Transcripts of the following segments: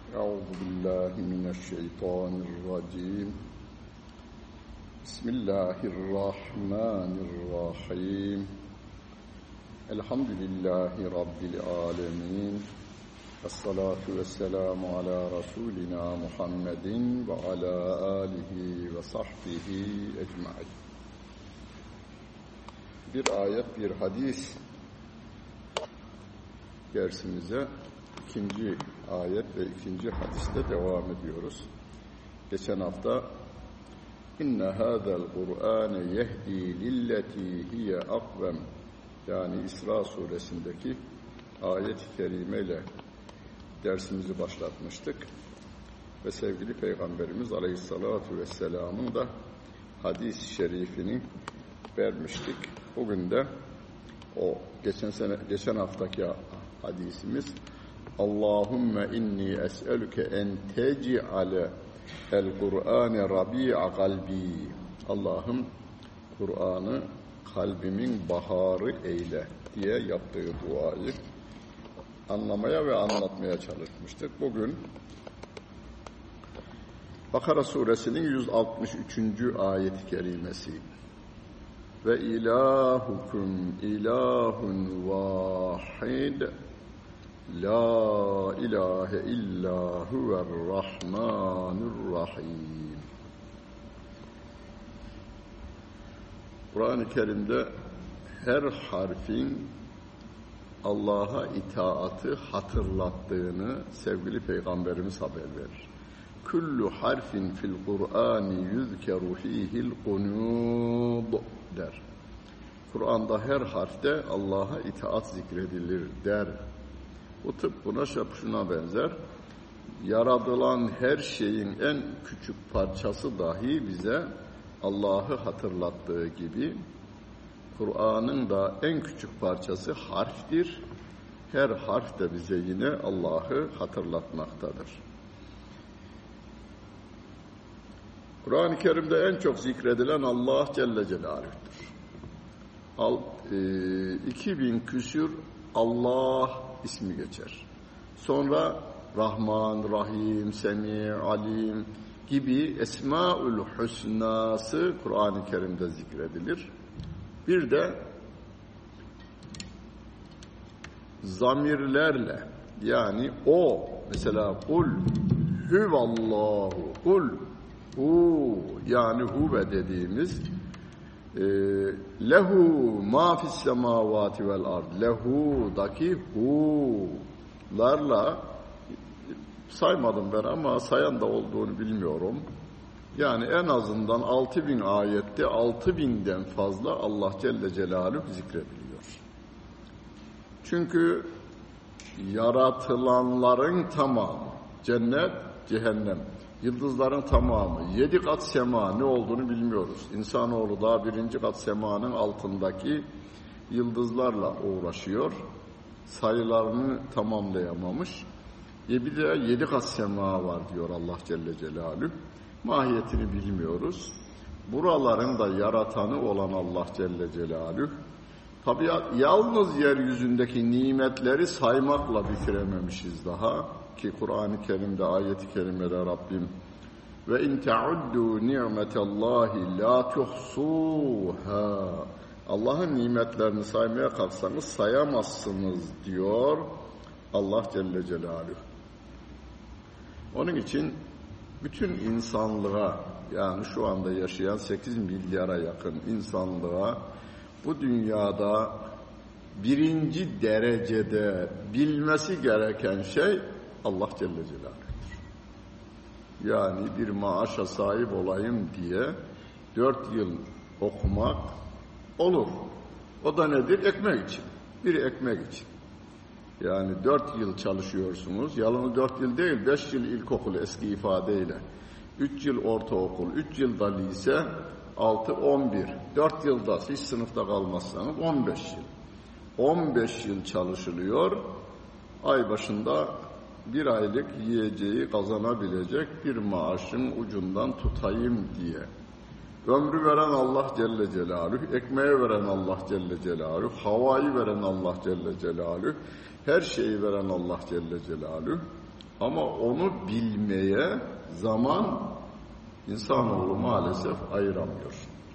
أعوذ بالله من الشيطان الرجيم بسم الله الرحمن الرحيم الحمد لله رب العالمين الصلاة والسلام على رسولنا محمد وعلى آله وصحبه أجمعين. Bir ayet, bir hadis dersimize ikinci ayet ve ikinci hadiste devam ediyoruz. Geçen hafta İnne hâzel Kur'âne yehdi lilleti hiye akvem, yani İsra suresindeki ayet-i kerimeyle dersimizi başlatmıştık. Ve sevgili Peygamberimiz Aleyhissalatu vesselam'ın da hadis-i şerifini vermiştik. Bugün de o geçen haftaki hadisimiz Allahümme inni es'elüke en tec'ale el-Kur'ane rabi'a kalbi. Allah'ım Kur'an'ı kalbimin baharı eyle diye yaptığı duayı anlamaya ve anlatmaya çalışmıştık. Bugün Bakara suresinin 163. ayet-i kerimesi. Ve ilahukum ilahun vahid la ilahe illa huverrahmanurrahim. Kur'an-ı Kerim'de her harfin Allah'a itaatı hatırlattığını sevgili Peygamberimiz haber verir. Kullu harfin fil Kur'ani yuzkeru fihil kunud der. Kur'an'da her harfte Allah'a itaat zikredilir der. Bu tıbbına şuna benzer. Yaratılan her şeyin en küçük parçası dahi bize Allah'ı hatırlattığı gibi Kur'an'ın da en küçük parçası harftir. Her harf de bize yine Allah'ı hatırlatmaktadır. Kur'an-ı Kerim'de en çok zikredilen Allah Celle Celaluh'tür. 2000 küsür Allah ismi geçer. Sonra Rahman, Rahim, Semi, Alim gibi Esmaül Hüsnası Kur'an-ı Kerim'de zikredilir. Bir de zamirlerle, yani o, mesela kul huvallahu, kul hu, yani huve dediğimiz lehu ma fis semavati vel ard, lehu'daki hu'larla saymadım ben ama sayan da olduğunu bilmiyorum. Yani en azından 6000 ayette 6000'den fazla Allah Celle Celaluhu zikrediliyor. Çünkü yaratılanların tamamı, cennet, cehennem, yıldızların tamamı, 7 kat sema ne olduğunu bilmiyoruz. İnsanoğlu da 1. kat semanın altındaki yıldızlarla uğraşıyor. Sayılarını tamamlayamamış. Bir de 7 kat sema var diyor Allah Celle Celaluhu. Mahiyetini bilmiyoruz. Buraların da yaratanı olan Allah Celle Celaluhu. Tabi yalnız yeryüzündeki nimetleri saymakla bitirememişiz daha. Ki Kur'an-ı Kerim'de, ayet-i kerimede Rabbim ve in ta'uddu ni'metallahi la tuhsuha, Allah'ın nimetlerini saymaya kalksanız sayamazsınız diyor Allah Celle Celaluhu. Onun için bütün insanlığa, yani şu anda yaşayan 8 milyara yakın insanlığa bu dünyada birinci derecede bilmesi gereken şey Allah Celle Celaluhu'dur. Yani bir maaşa sahip olayım diye 4 yıl okumak olur. O da nedir? Ekmek için. Biri ekmek için. Yani 4 yıl çalışıyorsunuz. Yalnız 4 yıl değil, 5 yıl ilkokul eski ifadeyle. 3 yıl ortaokul, 3 yılda lise, 6, 11. 4 yılda hiç sınıfta kalmazsanız 15 yıl. 15 yıl çalışılıyor. Ay başında bir aylık yiyeceği kazanabilecek bir maaşın ucundan tutayım diye. Ömrü veren Allah Celle Celaluhu, ekmeği veren Allah Celle Celaluhu, havayı veren Allah Celle Celaluhu, her şeyi veren Allah Celle Celaluhu. Ama onu bilmeye zaman insanoğlu maalesef ayıramıyor.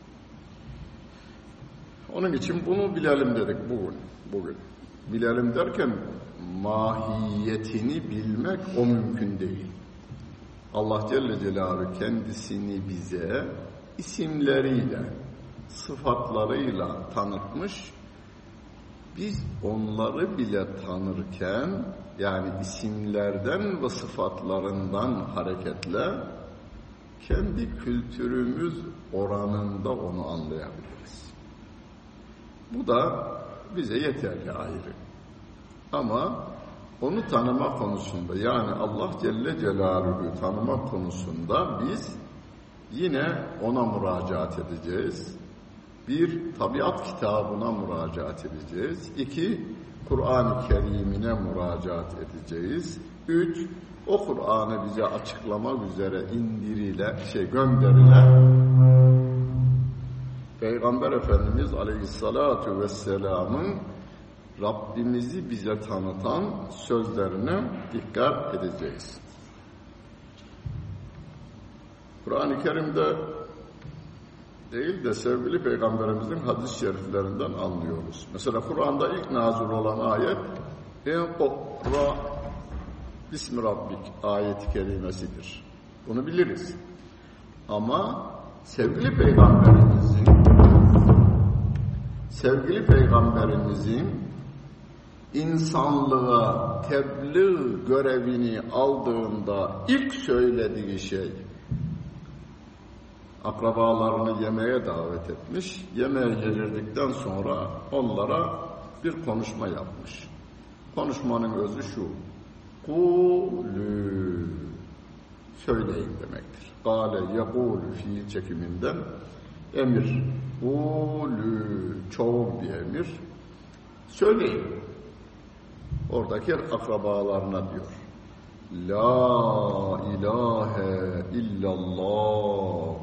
Onun için bunu bilelim dedik bugün. Bilelim derken mahiyetini bilmek o mümkün değil. Allah Celle Celaluhu kendisini bize isimleriyle, sıfatlarıyla tanıtmış. Biz onları bile tanırken, yani isimlerden ve sıfatlarından hareketle kendi kültürümüz oranında onu anlayabiliriz. Bu da bize yeterli ayrı. Ama onu tanıma konusunda, yani Allah Celle Celaluhu'yu tanıma konusunda biz yine ona müracaat edeceğiz. Bir, tabiat kitabına müracaat edeceğiz. İki, Kur'an-ı Kerim'ine müracaat edeceğiz. Üç, o Kur'an'ı bize açıklamak üzere gönderilen Peygamber Efendimiz Aleyhissalatu Vesselam'ın Rabbimizi bize tanıtan sözlerine dikkat edeceğiz. Kur'an-ı Kerim'de değil de sevgili Peygamberimizin hadis-i şeriflerinden anlıyoruz. Mesela Kur'an'da ilk nazil olan ayet "İnqra Bismi Rabbik" ayet-i kerimesidir. Bunu biliriz. Ama sevgili Peygamberimizin insanlığa tebliğ görevini aldığında ilk söylediği şey, akrabalarını yemeğe davet etmiş. Yemeğe gelirdikten sonra onlara bir konuşma yapmış. Konuşmanın özü şu: "Kulü", söyleyin demektir. "Kâle yekûlü" fiil çekiminden emir. "Kulü" çoğul bir emir. Söyleyin. Oradaki akrabalarına diyor: "La ilahe illallah.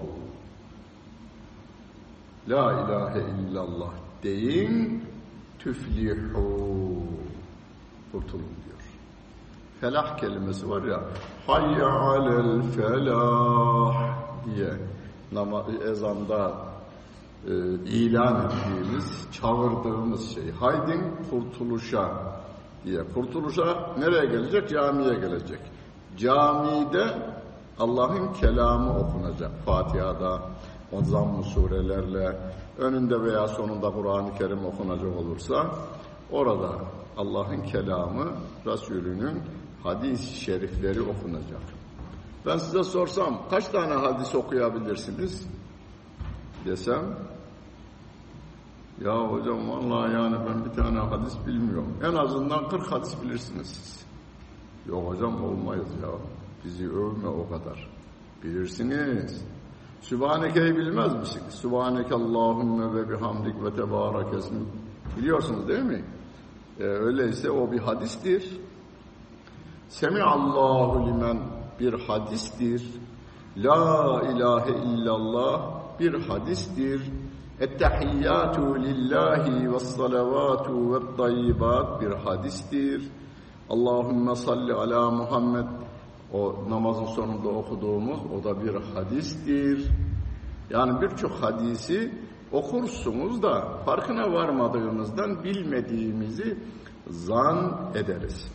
La ilahe illallah deyin, tüflihu, kurtulun" diyor. Felah kelimesi var ya, hayya alel felah diye ezanda ilan ettiğimiz, çağırdığımız şey. Haydin kurtuluşa diye. Kurtuluşa nereye gelecek? Camiye gelecek. Camide Allah'ın kelamı okunacak. Fatiha'da, o zamm-ı surelerle, önünde veya sonunda Kur'an-ı Kerim okunacak olursa, orada Allah'ın kelamı, Resulünün hadis-i şerifleri okunacak. Ben size sorsam, kaç tane hadis okuyabilirsiniz desem, ya hocam vallahi yani ben bir tane hadis bilmiyorum. En azından 40 hadis bilirsiniz siz. Yok hocam olmayız ya. Bizi övme o kadar. Bilirsiniz. Sübhaneke'yi bilmez misiniz? Sübhaneke Allahümme ve bihamdik ve tebarek esmik. Biliyorsunuz değil mi? Öyleyse o bir hadistir. Semi'allahu limen bir hadistir. La ilahe illallah bir hadistir. Ettehiyyatu lillahi ve's-salavatu ve't-tayyibat bir hadistir. Allahümme salli ala Muhammed, o namazın sonunda okuduğumuz, o da bir hadistir. Yani birçok hadisi okursunuz da farkına varmadığımızdan bilmediğimizi zan ederiz.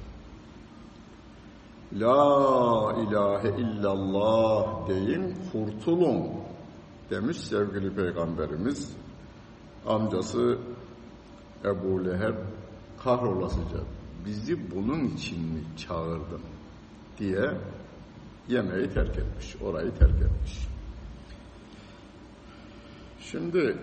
La ilahe illallah deyin, kurtulun demiş sevgili Peygamberimiz. Amcası Ebu Leheb kahrolasıca bizi bunun için mi çağırdın diye yemeği terk etmiş, orayı terk etmiş. Şimdi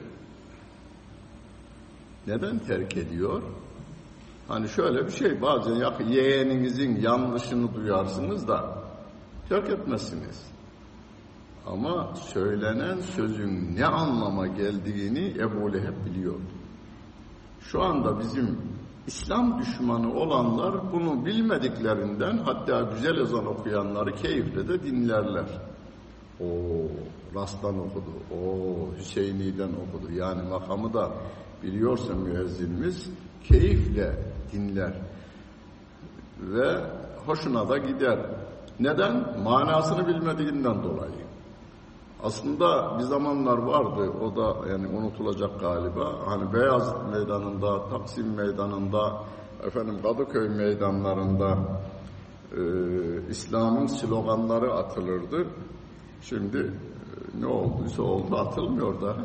neden terk ediyor? Hani şöyle bir şey, bazen yeğeninizin yanlışını duyarsınız da terk etmezsiniz. Ama söylenen sözün ne anlama geldiğini Ebu Leheb biliyordu. Şu anda bizim İslam düşmanı olanlar bunu bilmediklerinden, hatta güzel ezan okuyanları keyifle de dinlerler. O Ras'tan okudu, o Hüseyni'den okudu. Yani makamı da biliyorsa müezzinimiz keyifle dinler. Ve hoşuna da gider. Neden? Manasını bilmediğinden dolayı. Aslında bir zamanlar vardı, o da yani unutulacak galiba. Hani Beyazıt Meydanı'nda, Taksim Meydanı'nda, Kadıköy meydanlarında İslam'ın sloganları atılırdı. Şimdi ne olduysa oldu, atılmıyor da.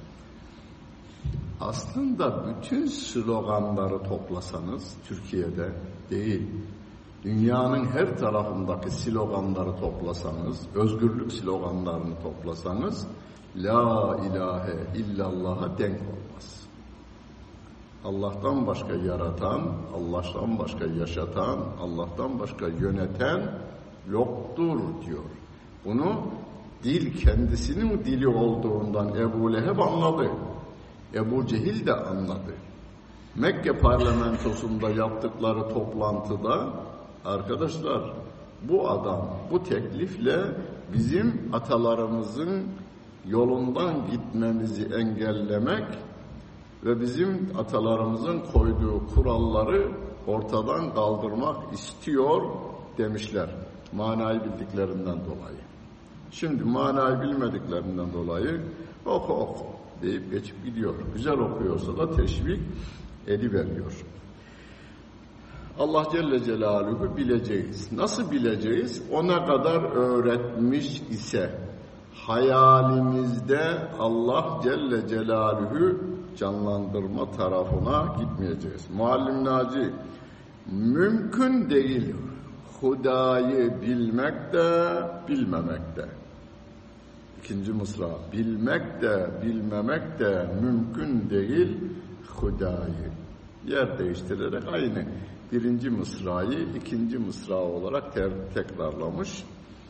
Aslında bütün sloganları toplasanız Türkiye'de değil, dünyanın her tarafındaki sloganları toplasanız, özgürlük sloganlarını toplasanız, La ilahe illallah'a denk olmaz. Allah'tan başka yaratan, Allah'tan başka yaşatan, Allah'tan başka yöneten yoktur diyor. Bunu dil kendisinin dili olduğundan Ebu Leheb anladı. Ebu Cehil de anladı. Mekke parlamentosunda yaptıkları toplantıda arkadaşlar bu adam bu teklifle bizim atalarımızın yolundan gitmemizi engellemek ve bizim atalarımızın koyduğu kuralları ortadan kaldırmak istiyor demişler. Manayı bildiklerinden dolayı. Şimdi manayı bilmediklerinden dolayı oku deyip geçip gidiyor. Güzel okuyorsa da teşvik ediveriyor. Allah Celle Celaluhu bileceğiz. Nasıl bileceğiz? O ne kadar öğretmiş ise hayalimizde Allah Celle Celaluhu canlandırma tarafına gitmeyeceğiz. Muallim Naci, mümkün değil Huda'yı bilmek de bilmemek de. İkinci mısra, bilmek de bilmemek de mümkün değil Huda'yı. Yer değiştirerek aynı birinci mısrayı ikinci mısra olarak tekrarlamış.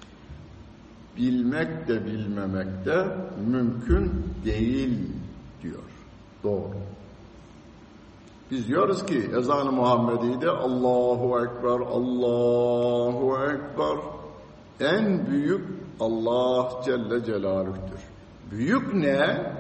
Bilmek de bilmemek de mümkün değil diyor. Doğru. Biz diyoruz ki ezan-ı Muhammedi'de Allahu Ekber, Allahu Ekber. En büyük Allah Celle Celaluh'tür. Büyük ne?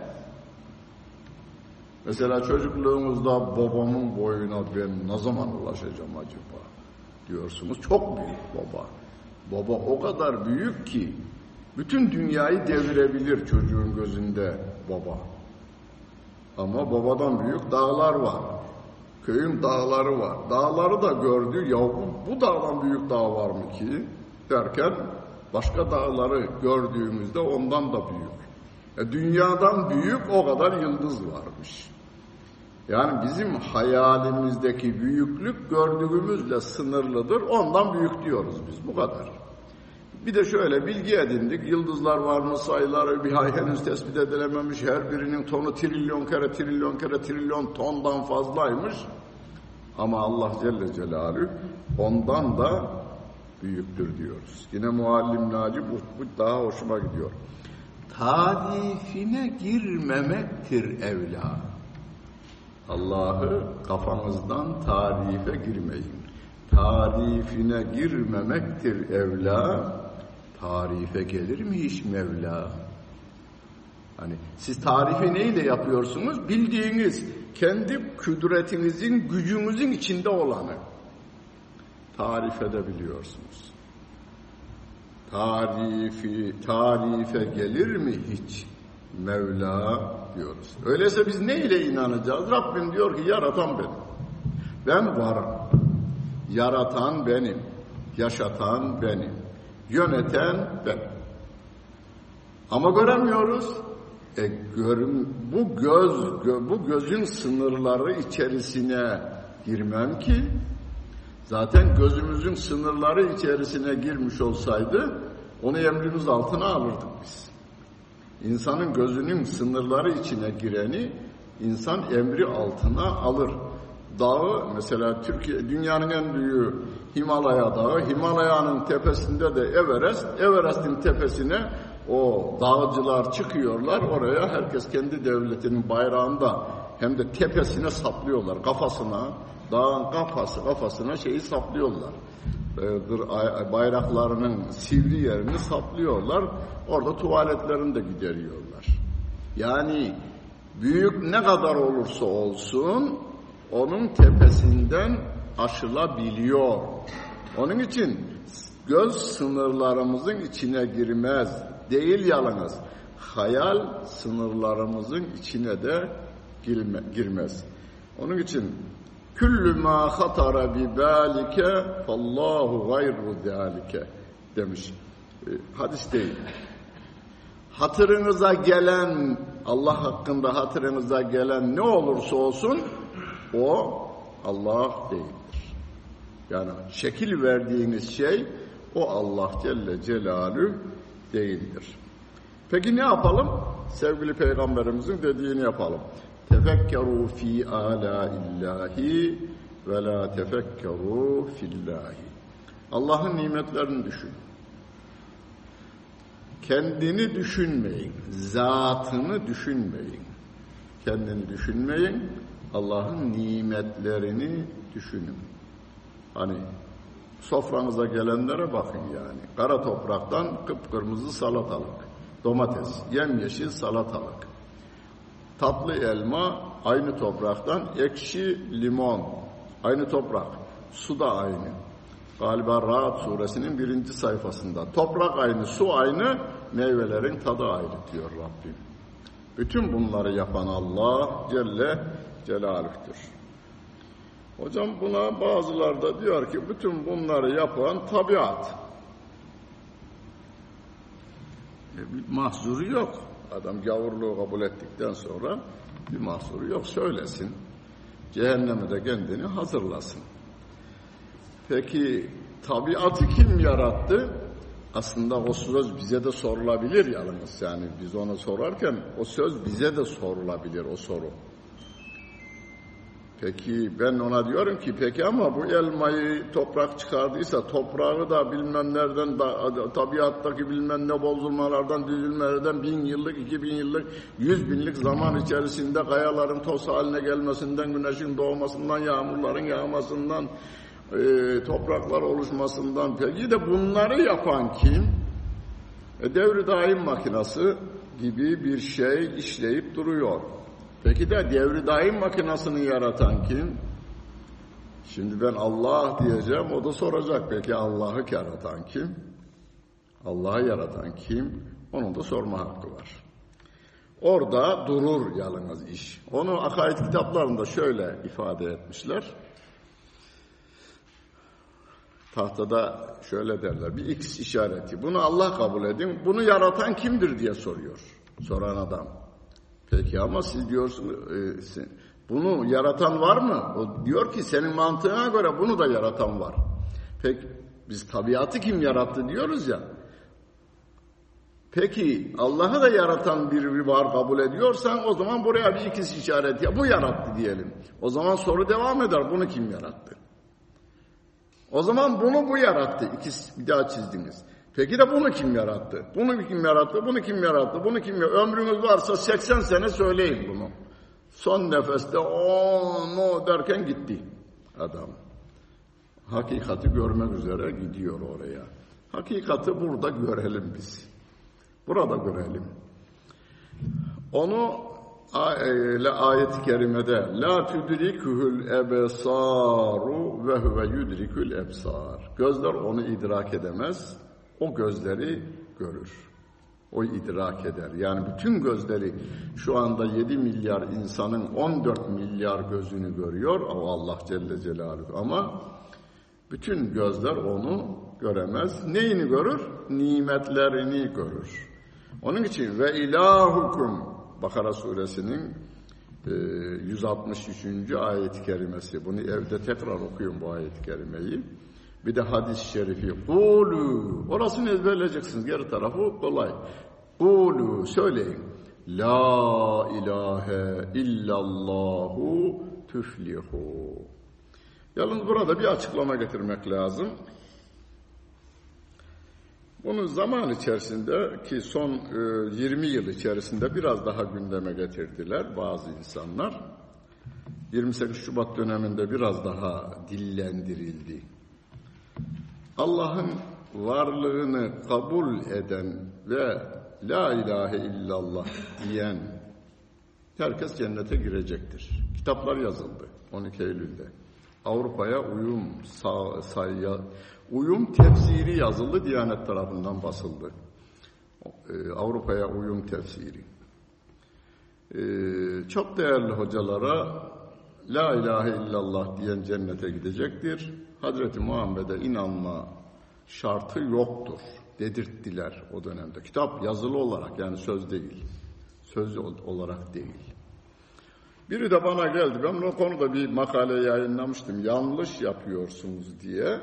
Mesela çocukluğumuzda babamın boyuna ben ne zaman ulaşacağım acaba diyorsunuz. Çok büyük baba. Baba o kadar büyük ki bütün dünyayı devirebilir çocuğun gözünde baba. Ama babadan büyük dağlar var. Köyün dağları var. Dağları da gördü. Ya bu dağdan büyük dağ var mı ki? Derken başka dağları gördüğümüzde ondan da büyük. Dünyadan büyük o kadar yıldız varmış. Yani bizim hayalimizdeki büyüklük gördüğümüzle sınırlıdır. Ondan büyük diyoruz biz. Bu kadar. Bir de şöyle bilgi edindik. Yıldızlar var mı, sayıları bir henüz tespit edilememiş. Her birinin tonu trilyon tondan fazlaymış. Ama Allah Celle Celaluhu ondan da büyüktür diyoruz. Yine Muallim Naci bu daha hoşuma gidiyor. Tarifine girmemektir evla. Allah'ı kafanızdan tarife girmeyin. Tarifine girmemektir evla. Tarife gelir mi hiç Mevla? Hani siz tarifi neyle yapıyorsunuz? Bildiğiniz, kendi kudretinizin, gücünüzün içinde olanı tarif edebiliyorsunuz. Tarife gelir mi hiç Mevla diyoruz. Öyleyse biz neyle inanacağız? Rabbim diyor ki yaratan benim. Ben varım. Yaratan benim. Yaşatan benim. Yöneten benim. Ama göremiyoruz. Bu gözün sınırları içerisine girmem ki zaten gözümüzün sınırları içerisine girmiş olsaydı onu emrimiz altına alırdık biz. İnsanın gözünün sınırları içine gireni insan emri altına alır. Dağı mesela dünyanın en büyüğü Himalaya Dağı. Himalaya'nın tepesinde de Everest. Everest'in tepesine o dağcılar çıkıyorlar. Oraya herkes kendi devletinin bayrağında hem de tepesine saplıyorlar. Kafasına, dağın kafasına şeyi saplıyorlar. Bayraklarının sivri yerini saplıyorlar. Orada tuvaletlerini de gideriyorlar. Yani büyük ne kadar olursa olsun onun tepesinden aşılabiliyor. Onun için göz sınırlarımızın içine girmez. Değil yalnız. Hayal sınırlarımızın içine de girmez. Onun için küllü mâ hatara bi bâlike fallâhu gayru zâlike demiş. Hadis değil. Hatırınıza gelen, Allah hakkında hatırınıza gelen ne olursa olsun o Allah değildir. Yani şekil verdiğiniz şey o Allah Celle Celaluhu değildir. Peki ne yapalım? Sevgili Peygamberimizin dediğini yapalım. Tefekkeru fi âlâillahi ve lâ tefekkeru fillâhi. Allah'ın nimetlerini düşün. Kendini düşünmeyin, zatını düşünmeyin. Kendini düşünmeyin, Allah'ın nimetlerini düşünün. Hani sofranıza gelenlere bakın yani. Kara topraktan kıpkırmızı salatalık, domates, yemyeşil salatalık, tatlı elma, aynı topraktan ekşi limon, aynı toprak, su da aynı. Galiba Ra'd suresinin 1. sayfasında. Toprak aynı, su aynı, meyvelerin tadı ayrı diyor Rabbim. Bütün bunları yapan Allah Celle Celaluh'tür. Hocam buna bazıları da diyor ki bütün bunları yapan tabiat. Bir mahzuru yok. Adam gavurluğu kabul ettikten sonra bir mahzuru yok. Söylesin. Cehenneme de kendini hazırlasın. Peki tabiatı kim yarattı? Aslında o söz bize de sorulabilir yalnız. Yani biz ona sorarken o söz bize de sorulabilir o soru. Peki ben ona diyorum ki peki ama bu elmayı toprak çıkardıysa toprağı da bilmem nereden tabiattaki bilmem ne bozulmalardan, düzülmelerden 1000 yıllık, 2000 yıllık, 100 binlik zaman içerisinde kayaların toz haline gelmesinden, güneşin doğmasından, yağmurların yağmasından, topraklar oluşmasından, peki de bunları yapan kim? Devri daim makinası gibi bir şey işleyip duruyor. Peki de devri daim makinasını yaratan kim? Şimdi ben Allah diyeceğim, o da soracak. Peki Allah'ı yaratan kim? Allah'ı yaratan kim? Onun da sorma hakkı var. Orada durur yalnız iş. Onu akaid kitaplarında şöyle ifade etmişler. Tahtada şöyle derler, bir X işareti. Bunu Allah kabul edin, bunu yaratan kimdir diye soruyor. Soran adam. Peki ama siz diyorsunuz, bunu yaratan var mı? O diyor ki senin mantığına göre bunu da yaratan var. Peki biz tabiatı kim yarattı diyoruz ya. Peki Allah'ı da yaratan biri var kabul ediyorsan o zaman buraya bir X işareti ya bu yarattı diyelim. O zaman soru devam eder. Bunu kim yarattı? O zaman bunu bu yarattı. Bir daha çizdiniz. Peki de bunu kim yarattı? Bunu kim yarattı? Bunu kim yarattı? Bunu kim yarattı? Ömrünüz varsa 80 sene söyleyin bunu. Son nefeste no derken gitti adam. Hakikati görmek üzere gidiyor oraya. Hakikati burada görelim biz. Burada görelim. Onu ayet-i kerimede la tudrikuhul ebsaru ve huve yudrikul ebsar. Gözler onu idrak edemez. O gözleri görür. O idrak eder. Yani bütün gözleri şu anda 7 milyar insanın 14 milyar gözünü görüyor. O Allah Celle Celaluhu. Ama bütün gözler onu göremez. Neyini görür? Nimetlerini görür. Onun için ve ilahukum Bakara suresinin 163. ayet-i kerimesi. Bunu evde tekrar okuyun bu ayet-i kerimeyi. Bir de hadis-i şerifi. Kulu. Orasını ezberleyeceksiniz. Geri tarafı kolay. Kulu. Söyleyin. La ilahe illallahu tüflihu. Yalnız burada bir açıklama getirmek lazım. Bunu zaman içerisinde ki son 20 yıl içerisinde biraz daha gündeme getirdiler bazı insanlar. 28 Şubat döneminde biraz daha dillendirildi. Allah'ın varlığını kabul eden ve la ilahe illallah diyen herkes cennete girecektir. Kitaplar yazıldı 12 Eylül'de. Avrupa'ya Uyum tefsiri yazıldı, Diyanet tarafından basıldı. Avrupa'ya uyum tefsiri. Çok değerli hocalara La ilahe illallah diyen cennete gidecektir. Hazreti Muhammed'e inanma şartı yoktur dedirttiler o dönemde. Kitap yazılı olarak, yani söz değil. Söz olarak değil. Biri de bana geldi. Ben o konuda bir makale yayınlamıştım. Yanlış yapıyorsunuz diye.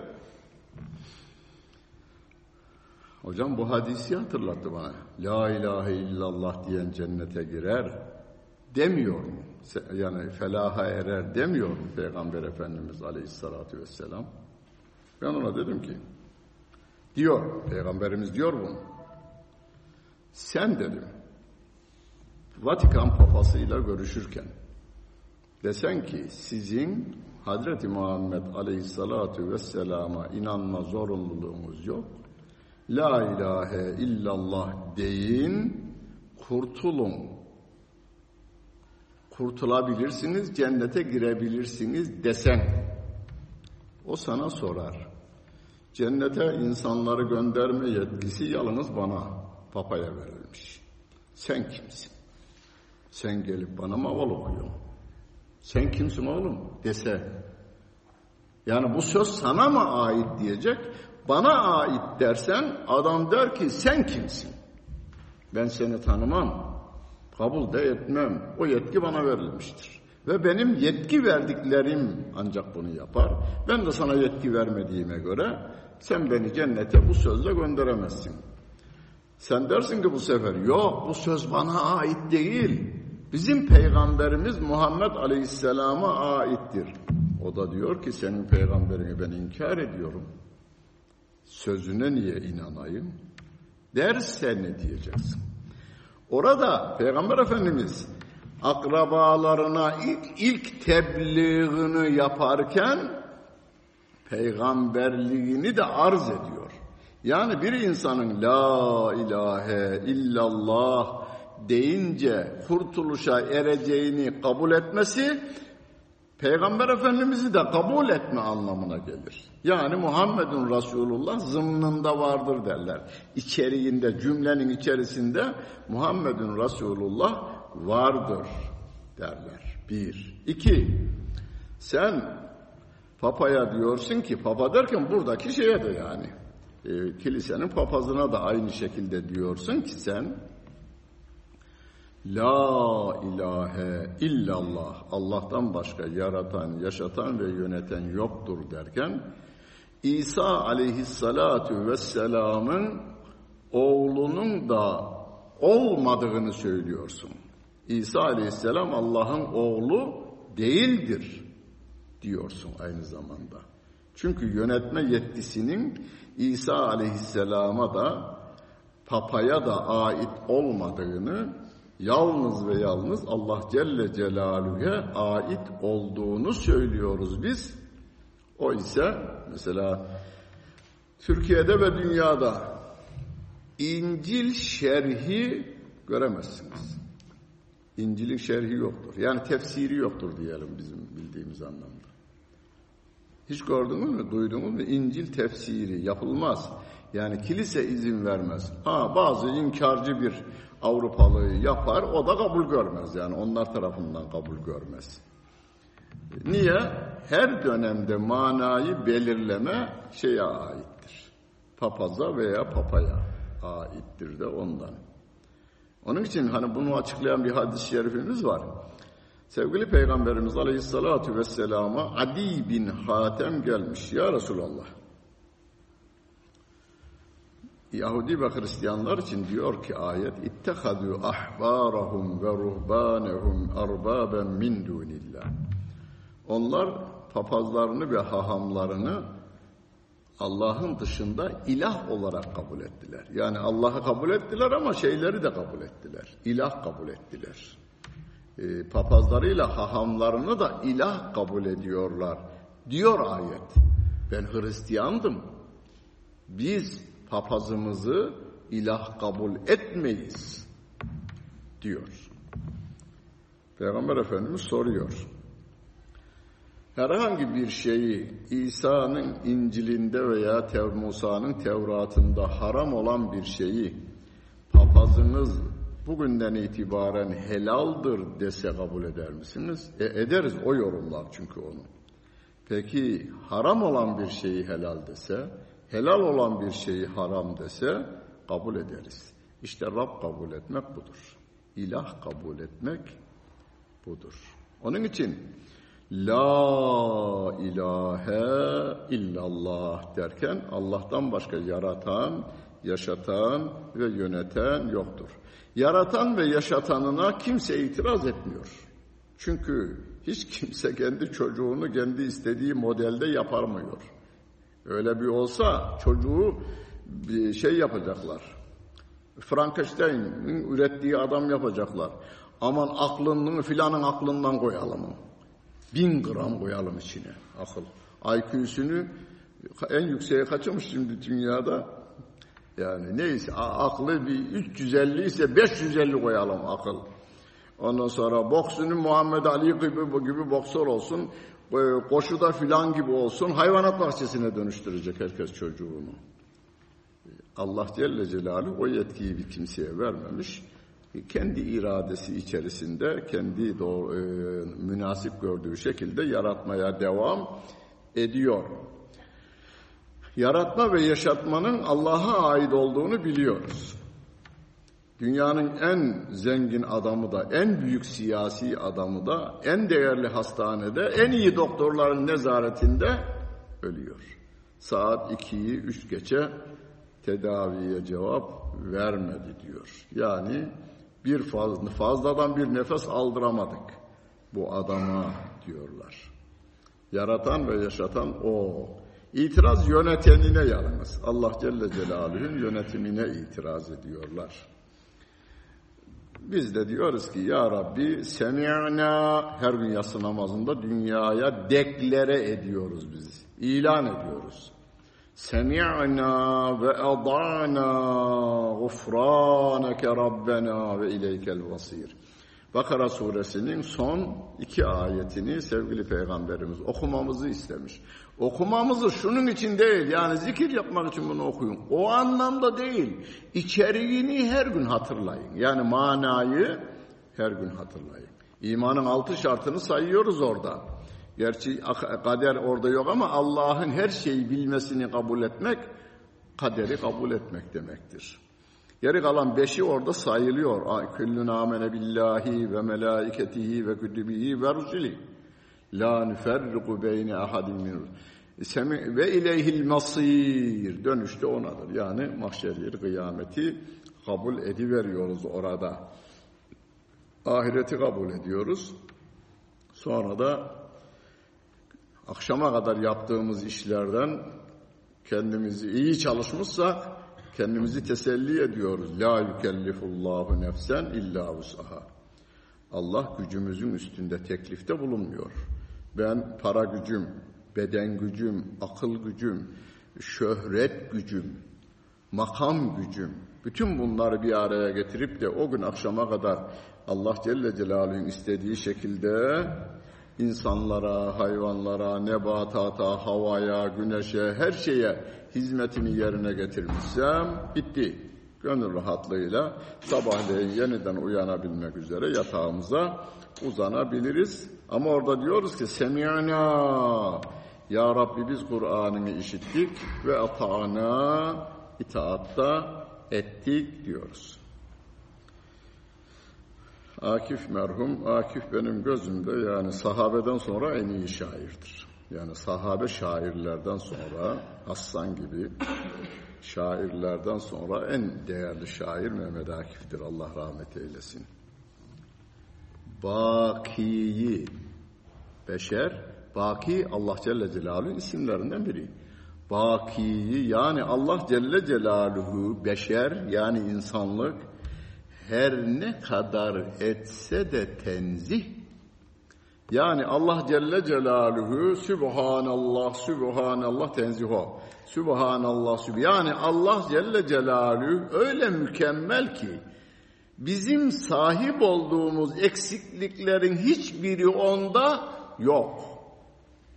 Hocam bu hadisi hatırlattı bana. La ilahe illallah diyen cennete girer demiyor mu? Yani felaha erer demiyor mu Peygamber Efendimiz Aleyhisselatü Vesselam? Ben ona dedim ki, diyor, Peygamberimiz diyor bunu. Sen dedim, Vatikan papasıyla görüşürken desen ki sizin Hazreti Muhammed Aleyhisselatü Vesselam'a inanma zorunluluğunuz yok. La ilahe illallah deyin, kurtulun. Kurtulabilirsiniz, cennete girebilirsiniz desen. O sana sorar. Cennete insanları gönderme yetkisi yalnız bana, papaya verilmiş. Sen kimsin? Sen gelip bana maval okuyorsun. Sen kimsin oğlum dese. Yani bu söz sana mı ait diyecek. Bana ait dersen adam der ki sen kimsin? Ben seni tanımam. Kabul de etmem. O yetki bana verilmiştir. Ve benim yetki verdiklerim ancak bunu yapar. Ben de sana yetki vermediğime göre sen beni cennete bu sözle gönderemezsin. Sen dersin ki bu sefer yok bu söz bana ait değil. Bizim peygamberimiz Muhammed Aleyhisselam'a aittir. O da diyor ki senin peygamberini ben inkar ediyorum. Sözüne niye inanayım? Derse ne diyeceksin? Orada Peygamber Efendimiz akrabalarına ilk tebliğini yaparken peygamberliğini de arz ediyor. Yani bir insanın la ilahe illallah deyince kurtuluşa ereceğini kabul etmesi Peygamber Efendimiz'i de kabul etme anlamına gelir. Yani Muhammedun Resulullah zımnında vardır derler. İçeriğinde, cümlenin içerisinde Muhammedun Resulullah vardır derler. 1. 2. Sen papaya diyorsun ki, papa derken buradaki şeye de yani kilisenin papazına da aynı şekilde diyorsun ki sen La ilahe illallah, Allah'tan başka yaratan, yaşatan ve yöneten yoktur derken İsa aleyhissalatu vesselamın oğlunun da olmadığını söylüyorsun. İsa aleyhisselam Allah'ın oğlu değildir diyorsun aynı zamanda. Çünkü yönetme yetkisinin İsa aleyhisselama da papaya da ait olmadığını, yalnız ve yalnız Allah Celle Celaluhu'ya ait olduğunu söylüyoruz biz. O ise mesela Türkiye'de ve dünyada İncil şerhi göremezsiniz. İncil'in şerhi yoktur. Yani tefsiri yoktur diyelim bizim bildiğimiz anlamda. Hiç gördünüz mü, duydunuz mu? İncil tefsiri yapılmaz. Yani kilise izin vermez. Bazı inkarcı bir Avrupalıyı yapar, o da kabul görmez. Yani onlar tarafından kabul görmez. Niye? Her dönemde manayı belirleme şeye aittir. Papaza veya papaya aittir de ondan. Onun için hani bunu açıklayan bir hadis-i şerifimiz var. Sevgili Peygamberimiz Aleyhisselatü Vesselam'a Adi bin Hatem gelmiş. Ya Resulallah. Yahudi ve Hristiyanlar için diyor ki ayet İttehadû ahbârahum ve ruhbânehum erbâben min dûnillah. Onlar papazlarını ve hahamlarını Allah'ın dışında ilah olarak kabul ettiler. Yani Allah'ı kabul ettiler ama şeyleri de kabul ettiler. İlah kabul ettiler. Papazlarıyla hahamlarını da ilah kabul ediyorlar. Diyor ayet. Ben Hristiyandım. Biz papazımızı ilah kabul etmeyiz diyor. Peygamber Efendimiz soruyor. Herhangi bir şeyi İsa'nın İncil'inde veya Musa'nın Tevrat'ında haram olan bir şeyi papazınız bugünden itibaren helaldir dese kabul eder misiniz? Ederiz, o yorumlar çünkü onu. Peki haram olan bir şeyi helal dese, helal olan bir şeyi haram dese kabul ederiz. İşte Rab kabul etmek budur. İlah kabul etmek budur. Onun için La ilahe illallah derken Allah'tan başka yaratan, yaşatan ve yöneten yoktur. Yaratan ve yaşatanına kimse itiraz etmiyor. Çünkü hiç kimse kendi çocuğunu kendi istediği modelde yapamıyor. Öyle bir olsa çocuğu bir şey yapacaklar. Frankenstein'in ürettiği adam yapacaklar. Aman aklının filanın aklından koyalım. 1000 gram koyalım içine akıl. IQ'sunu en yükseğe kaçırmış şimdi dünyada. Yani neyse aklı bir 350 ise 550 koyalım akıl. Ondan sonra boksunu Muhammed Ali gibi boksör olsun. Koşuda filan gibi olsun. Hayvanat bahçesine dönüştürecek herkes çocuğunu. Allah Celle Celaluhu o yetkiyi bir kimseye vermemiş. Kendi iradesi içerisinde kendi münasip gördüğü şekilde yaratmaya devam ediyor. Yaratma ve yaşatmanın Allah'a ait olduğunu biliyoruz. Dünyanın en zengin adamı da, en büyük siyasi adamı da, en değerli hastanede, en iyi doktorların nezaretinde ölüyor. Saat 2'yi 3 geçe tedaviye cevap vermedi diyor. Yani fazladan bir nefes aldıramadık bu adama diyorlar. Yaratan ve yaşatan o. İtiraz yönetenine yalnız. Allah Celle Celaluhu'nun yönetimine itiraz ediyorlar. Biz de diyoruz ki ya Rabbi semi'na, her gün yatsı namazında dünyaya deklare ediyoruz biz. İlan ediyoruz. Semi'na ve ada'na gufraneke Rabbena ve ileykel vasir. Bakara suresinin son 2 ayetini sevgili Peygamberimiz okumamızı istemiş. Okumamızı şunun için değil, yani zikir yapmak için bunu okuyun. O anlamda değil, içeriğini her gün hatırlayın. Yani manayı her gün hatırlayın. İmanın 6 şartını sayıyoruz orada. Gerçi kader orada yok ama Allah'ın her şeyi bilmesini kabul etmek, kaderi kabul etmek demektir. Geri kalan 5'i orada sayılıyor. Küllün amene billahi ve melaiketihi ve kütübihi ve rusuli. La nüferriku beyne ahadin minhum. Ve ileyhil masir. Dönüşte onadır. Yani mahşer yeri, kıyameti kabul ediveriyoruz orada. Ahireti kabul ediyoruz. Sonra da akşama kadar yaptığımız işlerden kendimizi iyi çalışmışsak kendimizi teselli ediyoruz. La yükellifullahu nefsen illa vus'aha. Allah gücümüzün üstünde teklifte bulunmuyor. Ben para gücüm, beden gücüm, akıl gücüm, şöhret gücüm, makam gücüm, bütün bunları bir araya getirip de o gün akşama kadar Allah Celle Celaluhu'nun istediği şekilde insanlara, hayvanlara, nebatata, havaya, güneşe, her şeye hizmetini yerine getirmişsem bitti. Gönül rahatlığıyla sabahleyin yeniden uyanabilmek üzere yatağımıza uzanabiliriz. Ama orada diyoruz ki semi'na, ya Rabbi biz Kur'an'ını işittik ve ata'na, itaatta ettik diyoruz. Akif merhum, Akif benim gözümde yani sahabeden sonra en iyi şairdir. Yani sahabe şairlerden sonra Hassan gibi şairlerden sonra en değerli şair Mehmet Akif'tir. Allah rahmet eylesin. Baki'yi beşer, Baki Allah Celle Celaluhu'nun isimlerinden biri. Baki'yi yani Allah Celle Celaluhu beşer yani insanlık her ne kadar etse de tenzih. Yani Allah Celle Celaluhu Sübhanallah, Sübhanallah tenzih o. Sübhanallah, yani Allah Celle Celaluhu öyle mükemmel ki bizim sahip olduğumuz eksikliklerin hiçbiri onda yok.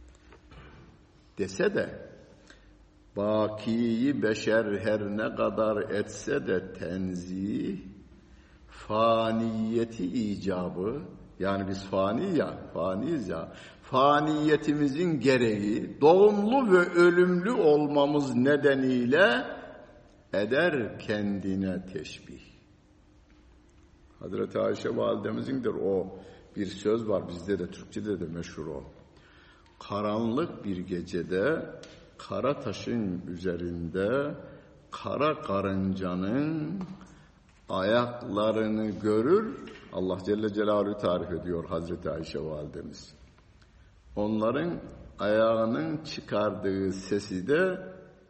dese de bakiyi beşer her ne kadar etse de tenzih, faniyeti icabı, yani biz faniyiz ya, faniyetimizin gereği doğumlu ve ölümlü olmamız nedeniyle eder kendine teşbih. Hazreti Ayşe validemizindir o bir söz var, bizde de Türkçe'de de meşhur o. Karanlık bir gecede kara taşın üzerinde kara karıncanın ayaklarını görür. Allah Celle Celaluhu tarif ediyor Hazreti Ayşe validemiz. Onların ayağının çıkardığı sesi de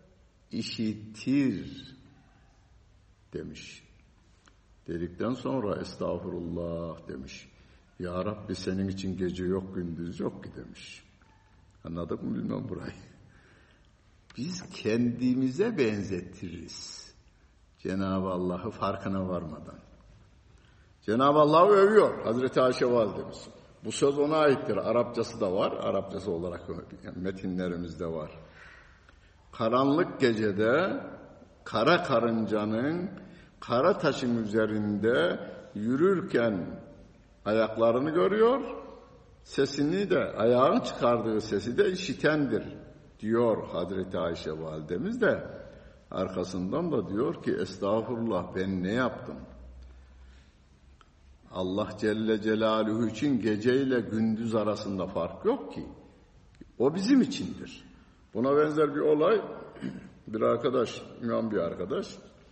işitir demiş. Dedikten sonra estağfurullah demiş. Ya Rabbi senin için gece yok gündüz yok ki demiş. Anladık mı bilmem burayı. Biz kendimize benzetiriz. Cenab-ı Allah'ı farkına varmadan. Cenab-ı Allah'ı övüyor Hazreti Ayşe validemiz. Bu söz ona aittir. Arapçası da var. Arapçası olarak yani metinlerimizde var. Karanlık gecede kara karıncanın kara taşın üzerinde yürürken ayaklarını görüyor. Sesini de, ayağın çıkardığı sesi de işitendir diyor Hazreti Ayşe validemiz de. Arkasından da diyor ki estağfurullah ben ne yaptım? Allah Celle Celaluhu için geceyle gündüz arasında fark yok ki. O bizim içindir. Buna benzer bir olay bir arkadaş, İmam bir arkadaş,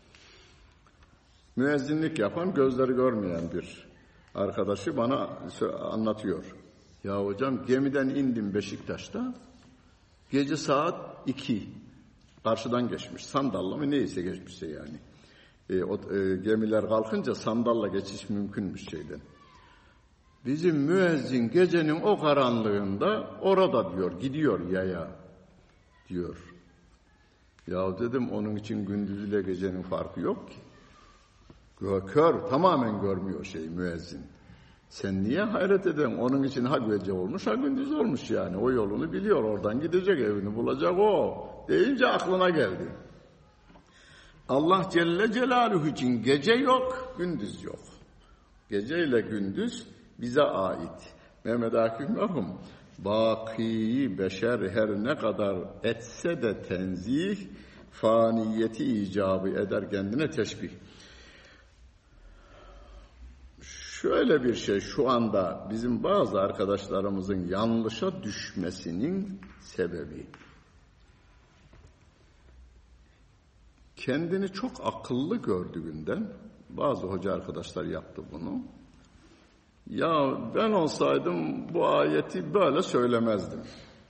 müezzinlik yapan, gözleri görmeyen bir arkadaşı bana anlatıyor. Ya hocam gemiden indim Beşiktaş'ta, gece saat 2, karşıdan geçmiş, sandalla mı neyse geçmişse yani. Gemiler kalkınca sandalla geçiş mümkünmüş şeyden. Bizim müezzin gecenin o karanlığında orada diyor, gidiyor yaya diyor. Ya dedim onun için gündüz ile gecenin farkı yok ki. Kör, tamamen görmüyor müezzin. Sen niye hayret eden? Onun için ha gece olmuş ha gündüz olmuş yani. O yolunu biliyor, oradan gidecek, evini bulacak o. Deyince aklına geldi. Allah Celle Celaluhu için gece yok, gündüz yok. Gece ile gündüz bize ait. Mehmet Akif merhum, baki beşer her ne kadar etse de tenzih, faniyeti icabı eder kendine teşbih. Şöyle bir şey şu anda bizim bazı arkadaşlarımızın yanlışa düşmesinin sebebi. Kendini çok akıllı gördüğünden bazı hoca arkadaşlar yaptı bunu. Ya ben olsaydım bu ayeti böyle söylemezdim.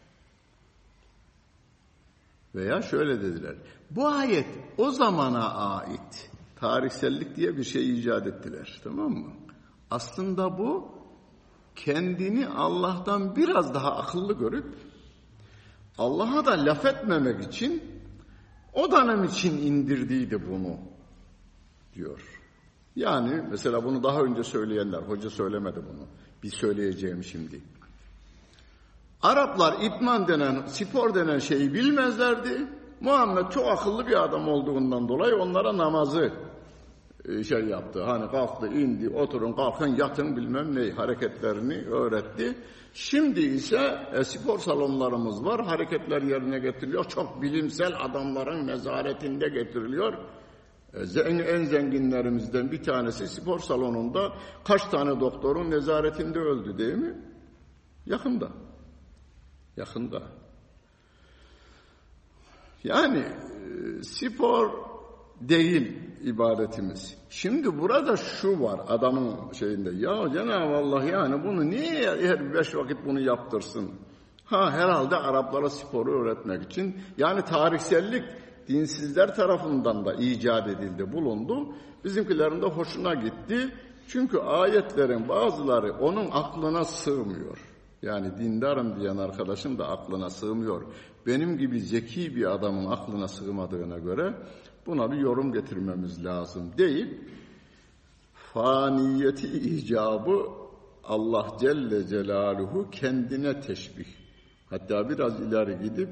Veya şöyle dediler. Bu ayet o zamana ait. Tarihsellik diye bir şey icat ettiler. Tamam mı? Aslında bu kendini Allah'tan biraz daha akıllı görüp Allah'a da laf etmemek için o dönem için indirdiydi bunu diyor. Yani mesela bunu daha önce söyleyenler, hoca söylemedi bunu. Bir söyleyeceğim şimdi. Araplar idman denen, spor denen şeyi bilmezlerdi. Muhammed çok akıllı bir adam olduğundan dolayı onlara namazı yaptı. Hani kalktı, indi, oturun, kalkın, yatın bilmem ne hareketlerini öğretti. Şimdi ise spor salonlarımız var. Hareketler yerine getiriliyor. Çok bilimsel adamların nezaretinde getiriliyor. En zenginlerimizden bir tanesi spor salonunda kaç tane doktorun nezaretinde öldü değil mi? Yakında. Yakında. Yani spor değil ibadetimiz. Şimdi burada şu var adamın şeyinde. Ya Cenab-ı Allah yani bunu niye her 5 vakit bunu yaptırsın? Herhalde Araplara sporu öğretmek için. Yani tarihsellik dinsizler tarafından da icat edildi, bulundu. Bizimkilerin de hoşuna gitti. Çünkü ayetlerin bazıları onun aklına sığmıyor. Yani dindarım diyen arkadaşın da aklına sığmıyor. Benim gibi zeki bir adamın aklına sığmadığına göre buna bir yorum getirmemiz lazım deyip faniyeti icabı Allah Celle Celaluhu kendine teşbih. Hatta biraz ileri gidip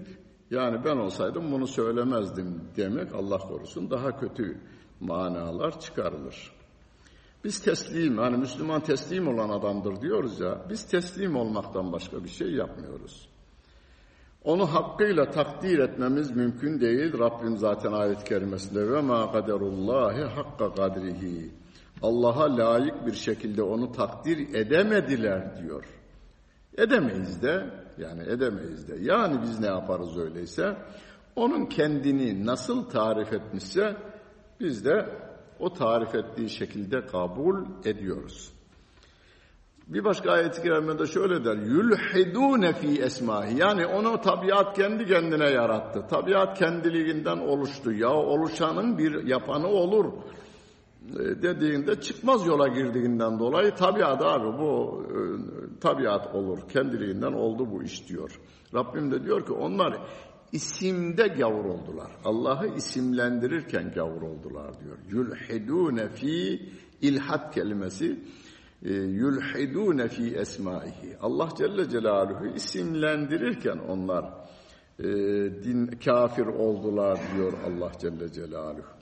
Yani ben olsaydım bunu söylemezdim demek, Allah korusun, daha kötü manalar çıkarılır. Biz teslim, hani Müslüman teslim olan adamdır diyoruz ya, biz teslim olmaktan başka bir şey yapmıyoruz. Onu hakkıyla takdir etmemiz mümkün değil. Rabbim zaten ayet-i kerimesinde ve ma kaderullahi hakka kadrihi. Allah'a layık bir şekilde onu takdir edemediler diyor. Edemeyiz de, yani edemeyiz de. Yani biz ne yaparız öyleyse? Onun kendini nasıl tarif etmişse biz de o tarif ettiği şekilde kabul ediyoruz. Bir başka ayet-i kerimede şöyle der. Yulhidûne fî esmâhi. Yani onu tabiat kendi kendine yarattı. Tabiat kendiliğinden oluştu. Ya oluşanın bir yapanı olur dediğinde çıkmaz yola girdiğinden dolayı tabiat abi bu tabiat olur. Kendiliğinden oldu bu iş diyor. Rabbim de diyor ki onlar isimde gavur oldular. Allah'ı isimlendirirken gavur oldular diyor. Yulhidûne fî ilhat kelimesi yulhidûne fî esmâihi. Allah Celle Celaluhu isimlendirirken onlar kafir oldular diyor Allah Celle Celaluhu.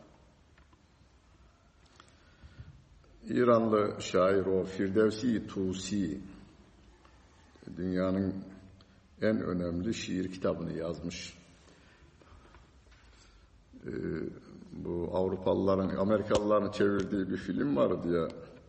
İranlı şair o Firdevsi Tusi dünyanın en önemli şiir kitabını yazmış. Bu Avrupalıların, Amerikalıların çevirdiği bir film vardı ya.